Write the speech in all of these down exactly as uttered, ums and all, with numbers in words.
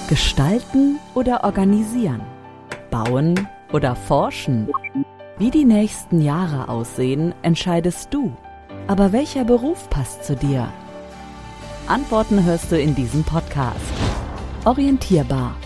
Gestalten oder organisieren? Bauen oder forschen? Wie die nächsten Jahre aussehen, entscheidest du. Aber welcher Beruf passt zu dir? Antworten hörst du in diesem Podcast. Orientierbar.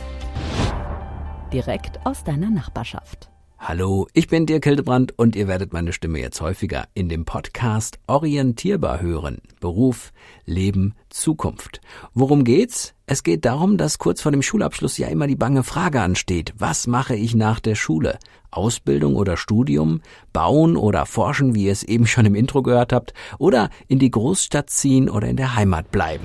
Direkt aus deiner Nachbarschaft. Hallo, ich bin Dirk Hildebrandt und ihr werdet meine Stimme jetzt häufiger in dem Podcast Orientierbar hören. Beruf, Leben, Zukunft. Worum geht's? Es geht darum, dass kurz vor dem Schulabschluss ja immer die bange Frage ansteht: Was mache ich nach der Schule? Ausbildung oder Studium? Bauen oder forschen, wie ihr es eben schon im Intro gehört habt? Oder in die Großstadt ziehen oder in der Heimat bleiben?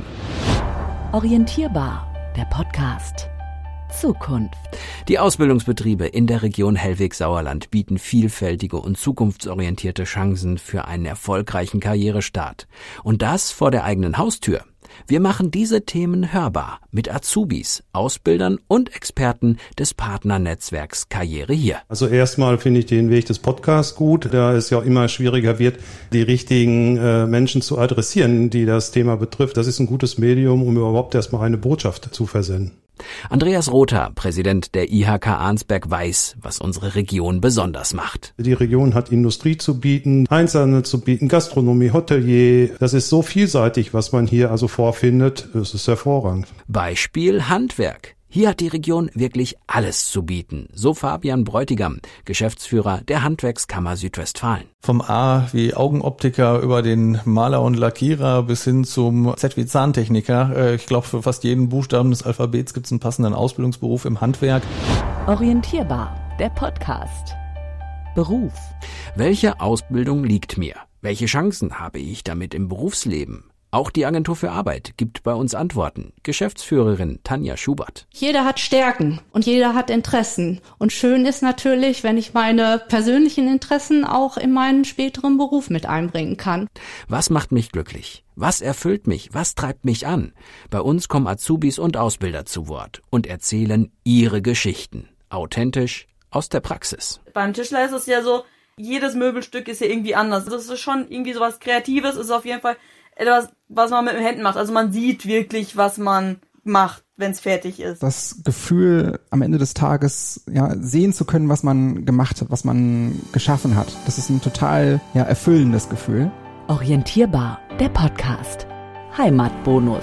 Orientierbar, der Podcast. Zukunft. Die Ausbildungsbetriebe in der Region Hellwig-Sauerland bieten vielfältige und zukunftsorientierte Chancen für einen erfolgreichen Karrierestart. Und das vor der eigenen Haustür. Wir machen diese Themen hörbar mit Azubis, Ausbildern und Experten des Partnernetzwerks Karriere hier. Also erstmal finde ich den Weg des Podcasts gut, da es ja auch immer schwieriger wird, die richtigen äh, Menschen zu adressieren, die das Thema betrifft. Das ist ein gutes Medium, um überhaupt erstmal eine Botschaft zu versenden. Andreas Rother, Präsident der I H K Arnsberg, weiß, was unsere Region besonders macht. Die Region hat Industrie zu bieten, Einzelhandel zu bieten, Gastronomie, Hotelier. Das ist so vielseitig, was man hier also vorfindet. Das ist hervorragend. Beispiel Handwerk. Hier hat die Region wirklich alles zu bieten. So Fabian Bräutigam, Geschäftsführer der Handwerkskammer Südwestfalen. Vom A wie Augenoptiker über den Maler und Lackierer bis hin zum Z wie Zahntechniker. Ich glaube, für fast jeden Buchstaben des Alphabets gibt es einen passenden Ausbildungsberuf im Handwerk. Orientierbar, der Podcast. Beruf. Welche Ausbildung liegt mir? Welche Chancen habe ich damit im Berufsleben? Auch die Agentur für Arbeit gibt bei uns Antworten. Geschäftsführerin Tanja Schubert. Jeder hat Stärken und jeder hat Interessen. Und schön ist natürlich, wenn ich meine persönlichen Interessen auch in meinen späteren Beruf mit einbringen kann. Was macht mich glücklich? Was erfüllt mich? Was treibt mich an? Bei uns kommen Azubis und Ausbilder zu Wort und erzählen ihre Geschichten. Authentisch aus der Praxis. Beim Tischler ist es ja so, jedes Möbelstück ist ja irgendwie anders. Das ist schon irgendwie so was Kreatives, ist auf jeden Fall etwas, was man mit den Händen macht. Also man sieht wirklich, was man macht, wenn es fertig ist. Das Gefühl, am Ende des Tages ja sehen zu können, was man gemacht hat, was man geschaffen hat. Das ist ein total ja, erfüllendes Gefühl. Orientierbar, der Podcast. Heimatbonus.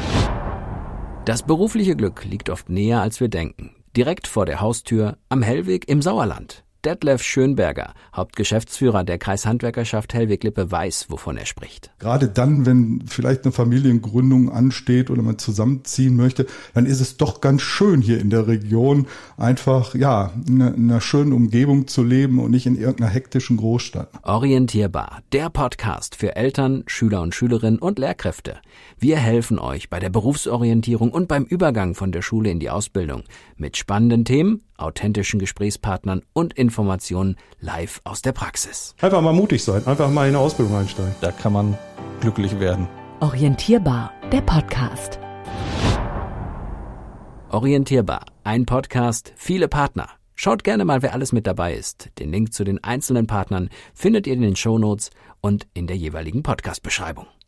Das berufliche Glück liegt oft näher, als wir denken. Direkt vor der Haustür am Hellwig im Sauerland. Detlef Schönberger, Hauptgeschäftsführer der Kreishandwerkerschaft Hellwig-Lippe, weiß, wovon er spricht. Gerade dann, wenn vielleicht eine Familiengründung ansteht oder man zusammenziehen möchte, dann ist es doch ganz schön hier in der Region einfach, ja, in einer schönen Umgebung zu leben und nicht in irgendeiner hektischen Großstadt. Orientierbar, der Podcast für Eltern, Schüler und Schülerinnen und Lehrkräfte. Wir helfen euch bei der Berufsorientierung und beim Übergang von der Schule in die Ausbildung mit spannenden Themen, authentischen Gesprächspartnern und Informationen live aus der Praxis. Einfach mal mutig sein, einfach mal in eine Ausbildung einsteigen. Da kann man glücklich werden. Orientierbar, der Podcast. Orientierbar, ein Podcast, viele Partner. Schaut gerne mal, wer alles mit dabei ist. Den Link zu den einzelnen Partnern findet ihr in den Shownotes und in der jeweiligen Podcast-Beschreibung.